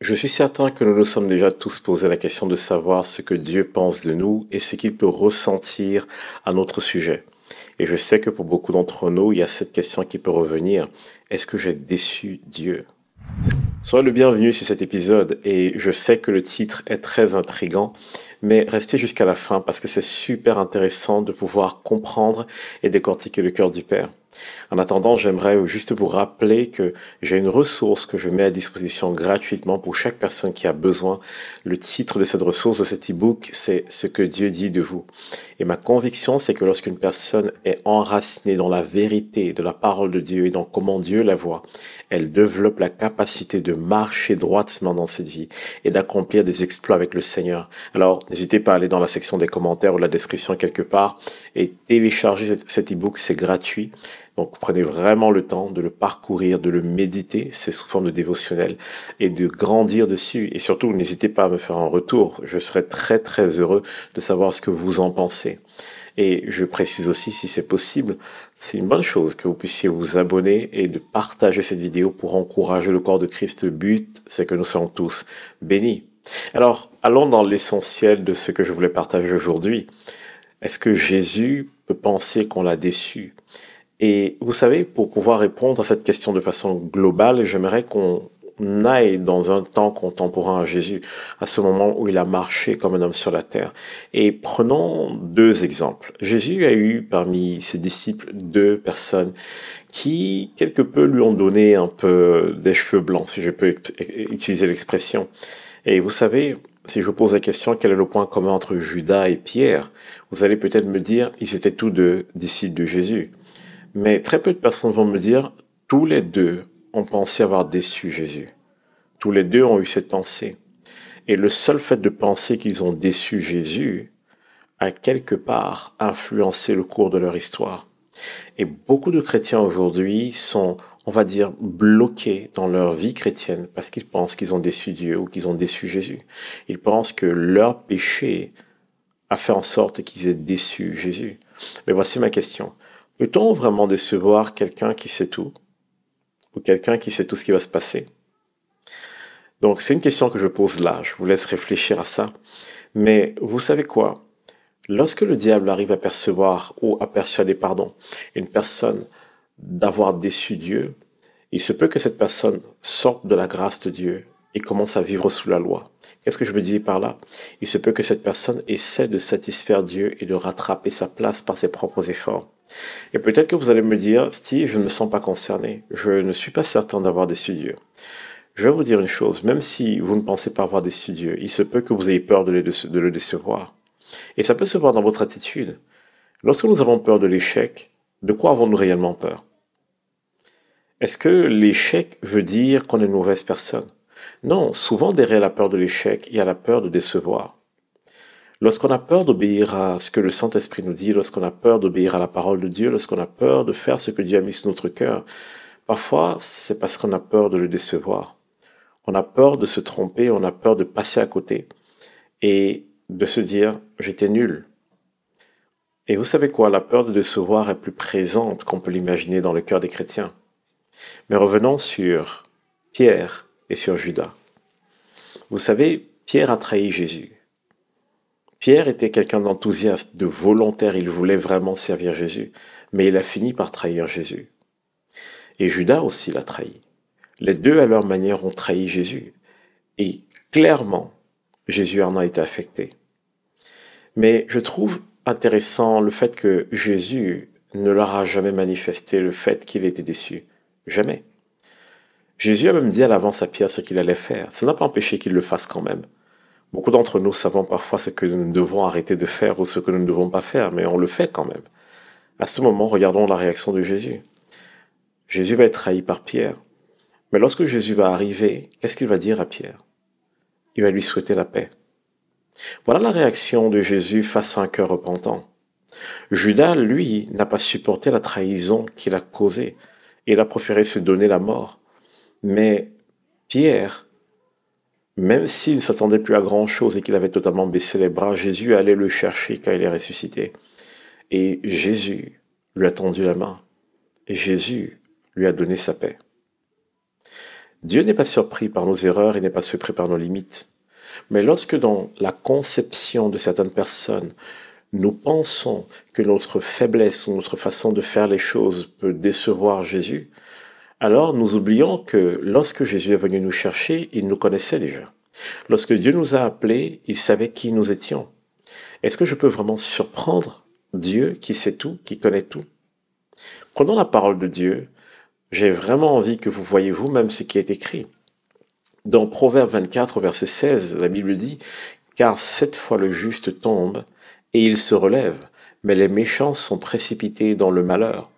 Je suis certain que nous nous sommes déjà tous posé la question de savoir ce que Dieu pense de nous et ce qu'il peut ressentir à notre sujet. Et je sais que pour beaucoup d'entre nous, il y a cette question qui peut revenir. Est-ce que j'ai déçu Dieu? Soyez le bienvenu sur cet épisode et je sais que le titre est très intriguant, mais restez jusqu'à la fin parce que c'est super intéressant de pouvoir comprendre et décortiquer le cœur du Père. En attendant, j'aimerais juste vous rappeler que j'ai une ressource que je mets à disposition gratuitement pour chaque personne qui a besoin. Le titre de cette ressource, de cet e-book, c'est Ce que Dieu dit de vous. Et ma conviction, c'est que lorsqu'une personne est enracinée dans la vérité de la parole de Dieu et dans comment Dieu la voit, elle développe la capacité de marcher droitement dans cette vie et d'accomplir des exploits avec le Seigneur. Alors, n'hésitez pas à aller dans la section des commentaires ou la description quelque part et télécharger cet e-book, c'est gratuit. Donc, prenez vraiment le temps de le parcourir, de le méditer, c'est sous forme de dévotionnel, et de grandir dessus. Et surtout, n'hésitez pas à me faire un retour. Je serais très, très heureux de savoir ce que vous en pensez. Et je précise aussi, si c'est possible, c'est une bonne chose que vous puissiez vous abonner et de partager cette vidéo pour encourager le corps de Christ. Le but, c'est que nous soyons tous bénis. Alors, allons dans l'essentiel de ce que je voulais partager aujourd'hui. Est-ce que Jésus peut penser qu'on l'a déçu? Et vous savez, pour pouvoir répondre à cette question de façon globale, j'aimerais qu'on aille dans un temps contemporain à Jésus, à ce moment où il a marché comme un homme sur la terre. Et prenons deux exemples. Jésus a eu parmi ses disciples deux personnes qui, quelque peu, lui ont donné un peu des cheveux blancs, si je peux utiliser l'expression. Et vous savez, si je vous pose la question, quel est le point commun entre Judas et Pierre? Vous allez peut-être me dire, ils étaient tous deux disciples de Jésus. Mais très peu de personnes vont me dire, tous les deux ont pensé avoir déçu Jésus. Tous les deux ont eu cette pensée. Et le seul fait de penser qu'ils ont déçu Jésus a quelque part influencé le cours de leur histoire. Et beaucoup de chrétiens aujourd'hui sont, on va dire, bloqués dans leur vie chrétienne parce qu'ils pensent qu'ils ont déçu Dieu ou qu'ils ont déçu Jésus. Ils pensent que leur péché a fait en sorte qu'ils aient déçu Jésus. Mais voici ma question. Peut-on vraiment décevoir quelqu'un qui sait tout? Ou quelqu'un qui sait tout ce qui va se passer? Donc, c'est une question que je pose là. Je vous laisse réfléchir à ça. Mais vous savez quoi? Lorsque le diable arrive à percevoir ou à persuader, une personne d'avoir déçu Dieu, il se peut que cette personne sorte de la grâce de Dieu et commence à vivre sous la loi. Qu'est-ce que je veux dire par là? Il se peut que cette personne essaie de satisfaire Dieu et de rattraper sa place par ses propres efforts. Et peut-être que vous allez me dire, Steve, je ne me sens pas concerné. Je ne suis pas certain d'avoir déçu Dieu. Je vais vous dire une chose, même si vous ne pensez pas avoir déçu Dieu, il se peut que vous ayez peur de le décevoir. Et ça peut se voir dans votre attitude. Lorsque nous avons peur de l'échec, de quoi avons-nous réellement peur? Est-ce que l'échec veut dire qu'on est une mauvaise personne? Non, souvent derrière la peur de l'échec, il y a la peur de décevoir. Lorsqu'on a peur d'obéir à ce que le Saint-Esprit nous dit, lorsqu'on a peur d'obéir à la parole de Dieu, lorsqu'on a peur de faire ce que Dieu a mis sur notre cœur, parfois c'est parce qu'on a peur de le décevoir. On a peur de se tromper, on a peur de passer à côté et de se dire « j'étais nul ». Et vous savez quoi, la peur de décevoir est plus présente qu'on peut l'imaginer dans le cœur des chrétiens. Mais revenons sur Pierre et sur Judas. Vous savez, Pierre a trahi Jésus. Pierre était quelqu'un d'enthousiaste, de volontaire, il voulait vraiment servir Jésus, mais il a fini par trahir Jésus. Et Judas aussi l'a trahi. Les deux, à leur manière, ont trahi Jésus. Et clairement, Jésus en a été affecté. Mais je trouve intéressant le fait que Jésus ne leur a jamais manifesté le fait qu'il était déçu. Jamais. Jésus a même dit à l'avance à Pierre ce qu'il allait faire. Ça n'a pas empêché qu'il le fasse quand même. Beaucoup d'entre nous savons parfois ce que nous devons arrêter de faire ou ce que nous ne devons pas faire, mais on le fait quand même. À ce moment, regardons la réaction de Jésus. Jésus va être trahi par Pierre. Mais lorsque Jésus va arriver, qu'est-ce qu'il va dire à Pierre? Il va lui souhaiter la paix. Voilà la réaction de Jésus face à un cœur repentant. Judas, lui, n'a pas supporté la trahison qu'il a causée. Il a préféré se donner la mort. Mais Pierre, même s'il ne s'attendait plus à grand-chose et qu'il avait totalement baissé les bras, Jésus allait le chercher quand il est ressuscité. Et Jésus lui a tendu la main. Et Jésus lui a donné sa paix. Dieu n'est pas surpris par nos erreurs, il n'est pas surpris par nos limites. Mais lorsque dans la conception de certaines personnes, nous pensons que notre faiblesse ou notre façon de faire les choses peut décevoir Jésus, alors nous oublions que lorsque Jésus est venu nous chercher, il nous connaissait déjà. Lorsque Dieu nous a appelés, il savait qui nous étions. Est-ce que je peux vraiment surprendre Dieu qui sait tout, qui connaît tout? Prenons la parole de Dieu. J'ai vraiment envie que vous voyez vous-même ce qui est écrit. Dans Proverbe 24, verset 16, la Bible dit « Car 7 fois le juste tombe, et il se relève, mais les méchants sont précipités dans le malheur.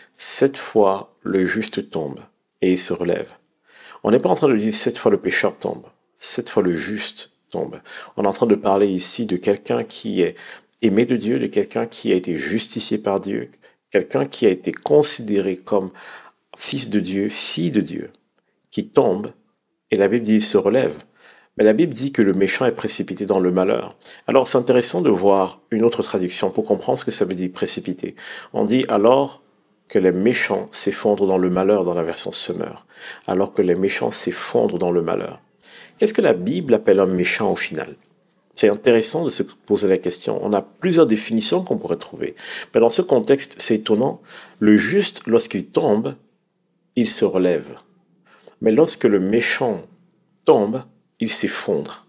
7 fois le juste tombe, et il se relève. » On n'est pas en train de dire 7 fois le pécheur tombe, 7 fois le juste tombe. On est en train de parler ici de quelqu'un qui est aimé de Dieu, de quelqu'un qui a été justifié par Dieu, quelqu'un qui a été considéré comme fils de Dieu, fille de Dieu, qui tombe, et la Bible dit il se relève. Mais la Bible dit que le méchant est précipité dans le malheur. Alors c'est intéressant de voir une autre traduction pour comprendre ce que ça veut dire précipité. On dit alors que les méchants s'effondrent dans le malheur dans la version Semeur. Alors que les méchants s'effondrent dans le malheur. Qu'est-ce que la Bible appelle un méchant au final? C'est intéressant de se poser la question. On a plusieurs définitions qu'on pourrait trouver. Mais dans ce contexte, c'est étonnant. Le juste, lorsqu'il tombe, il se relève. Mais lorsque le méchant tombe, il s'effondre.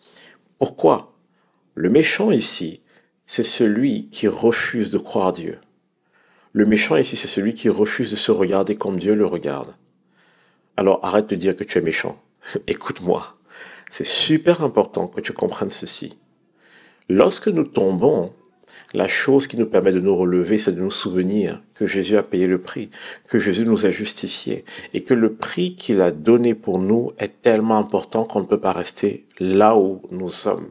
Pourquoi? Le méchant ici, c'est celui qui refuse de croire Dieu. Le méchant ici, c'est celui qui refuse de se regarder comme Dieu le regarde. Alors arrête de dire que tu es méchant. Écoute-moi. C'est super important que tu comprennes ceci. Lorsque nous tombons, la chose qui nous permet de nous relever, c'est de nous souvenir que Jésus a payé le prix, que Jésus nous a justifiés et que le prix qu'il a donné pour nous est tellement important qu'on ne peut pas rester là où nous sommes.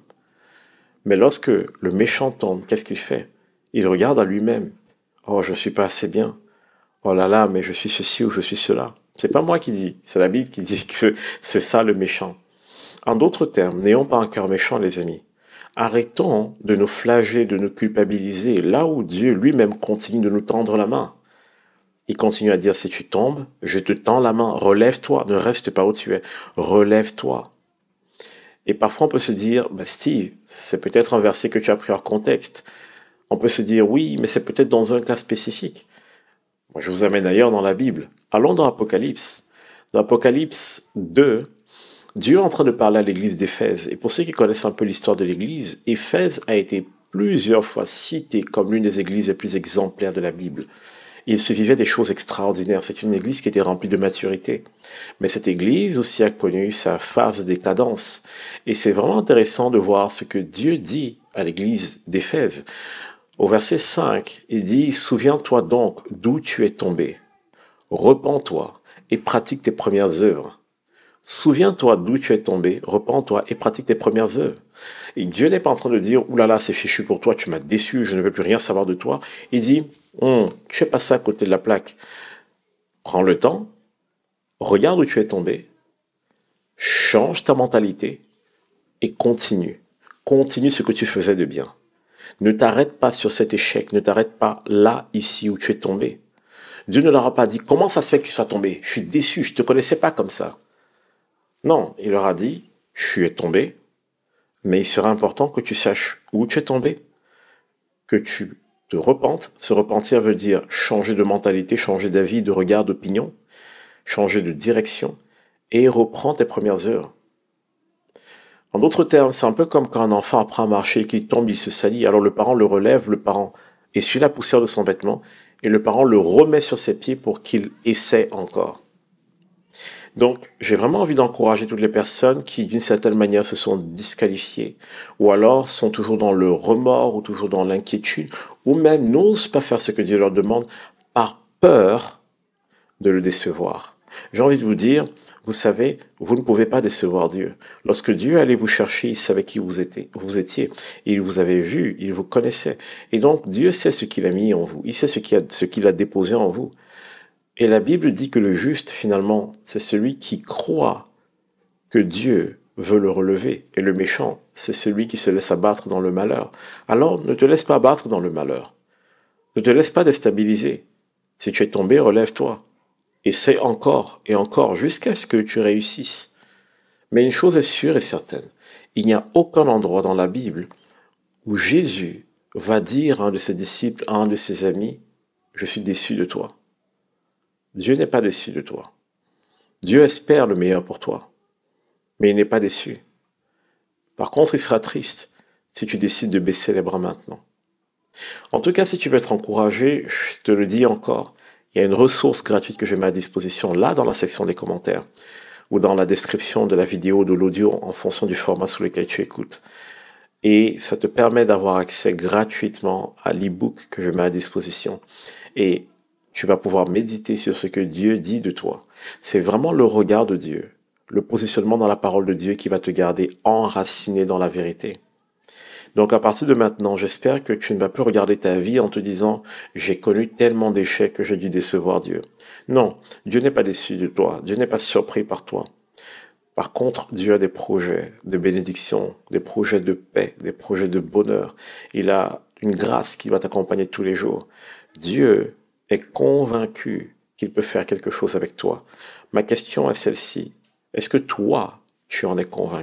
Mais lorsque le méchant tombe, qu'est-ce qu'il fait? Il regarde à lui-même. Oh, je ne suis pas assez bien. Oh là là, mais je suis ceci ou je suis cela. C'est pas moi qui dis, c'est la Bible qui dit que c'est ça le méchant. En d'autres termes, n'ayons pas un cœur méchant, les amis. Arrêtons de nous flageller, de nous culpabiliser, là où Dieu lui-même continue de nous tendre la main. Il continue à dire, si tu tombes, je te tends la main, relève-toi, ne reste pas où tu es, relève-toi. Et parfois on peut se dire, Steve, c'est peut-être un verset que tu as pris hors contexte. On peut se dire, oui, mais c'est peut-être dans un cas spécifique. Moi, je vous amène ailleurs dans la Bible. Allons dans Apocalypse. Dans Apocalypse 2, Dieu est en train de parler à l'église d'Éphèse. Et pour ceux qui connaissent un peu l'histoire de l'église, Éphèse a été plusieurs fois citée comme l'une des églises les plus exemplaires de la Bible. Il se vivait des choses extraordinaires. C'est une église qui était remplie de maturité. Mais cette église aussi a connu sa phase de décadence. Et c'est vraiment intéressant de voir ce que Dieu dit à l'église d'Éphèse. Au verset 5, il dit « Souviens-toi donc d'où tu es tombé. Repens-toi et pratique tes premières œuvres. » Souviens-toi d'où tu es tombé, repens-toi et pratique tes premières œuvres. Et Dieu n'est pas en train de dire, oulala, c'est fichu pour toi, tu m'as déçu, je ne veux plus rien savoir de toi. Il dit, tu es passé à côté de la plaque. Prends le temps, regarde où tu es tombé, change ta mentalité et continue. Continue ce que tu faisais de bien. Ne t'arrête pas sur cet échec, ne t'arrête pas là, ici où tu es tombé. Dieu ne leur a pas dit, comment ça se fait que tu sois tombé? Je suis déçu, je ne te connaissais pas comme ça. Non, il leur a dit, tu es tombé, mais il serait important que tu saches où tu es tombé, que tu te repentes. Se repentir veut dire changer de mentalité, changer d'avis, de regard, d'opinion, changer de direction, et reprends tes premières heures. En d'autres termes, c'est un peu comme quand un enfant apprend à marcher et qu'il tombe, il se salit. Alors le parent le relève, le parent essuie la poussière de son vêtement, et le parent le remet sur ses pieds pour qu'il essaie encore. Donc, j'ai vraiment envie d'encourager toutes les personnes qui, d'une certaine manière, se sont disqualifiées, ou alors sont toujours dans le remords, ou toujours dans l'inquiétude, ou même n'osent pas faire ce que Dieu leur demande par peur de le décevoir. J'ai envie de vous dire, vous savez, vous ne pouvez pas décevoir Dieu. Lorsque Dieu allait vous chercher, il savait qui vous étiez. Il vous avait vu, il vous connaissait. Et donc, Dieu sait ce qu'il a mis en vous. Il sait ce qu'il a déposé en vous. Et la Bible dit que le juste, finalement, c'est celui qui croit que Dieu veut le relever. Et le méchant, c'est celui qui se laisse abattre dans le malheur. Alors, ne te laisse pas abattre dans le malheur. Ne te laisse pas déstabiliser. Si tu es tombé, relève-toi. Essaie encore et encore jusqu'à ce que tu réussisses. Mais une chose est sûre et certaine, il n'y a aucun endroit dans la Bible où Jésus va dire à un de ses disciples, à un de ses amis, je suis déçu de toi. Dieu n'est pas déçu de toi. Dieu espère le meilleur pour toi, mais il n'est pas déçu. Par contre, il sera triste si tu décides de baisser les bras maintenant. En tout cas, si tu veux être encouragé, je te le dis encore, il y a une ressource gratuite que je mets à disposition là dans la section des commentaires ou dans la description de la vidéo ou de l'audio en fonction du format sous lequel tu écoutes. Et ça te permet d'avoir accès gratuitement à l'e-book que je mets à disposition. Et tu vas pouvoir méditer sur ce que Dieu dit de toi. C'est vraiment le regard de Dieu, le positionnement dans la parole de Dieu qui va te garder enraciné dans la vérité. Donc à partir de maintenant, j'espère que tu ne vas plus regarder ta vie en te disant « j'ai connu tellement d'échecs que j'ai dû décevoir Dieu ». Non, Dieu n'est pas déçu de toi, Dieu n'est pas surpris par toi. Par contre, Dieu a des projets de bénédiction, des projets de paix, des projets de bonheur. Il a une grâce qui va t'accompagner tous les jours. Dieu est convaincu qu'il peut faire quelque chose avec toi. Ma question est celle-ci. Est-ce que toi, tu en es convaincu ?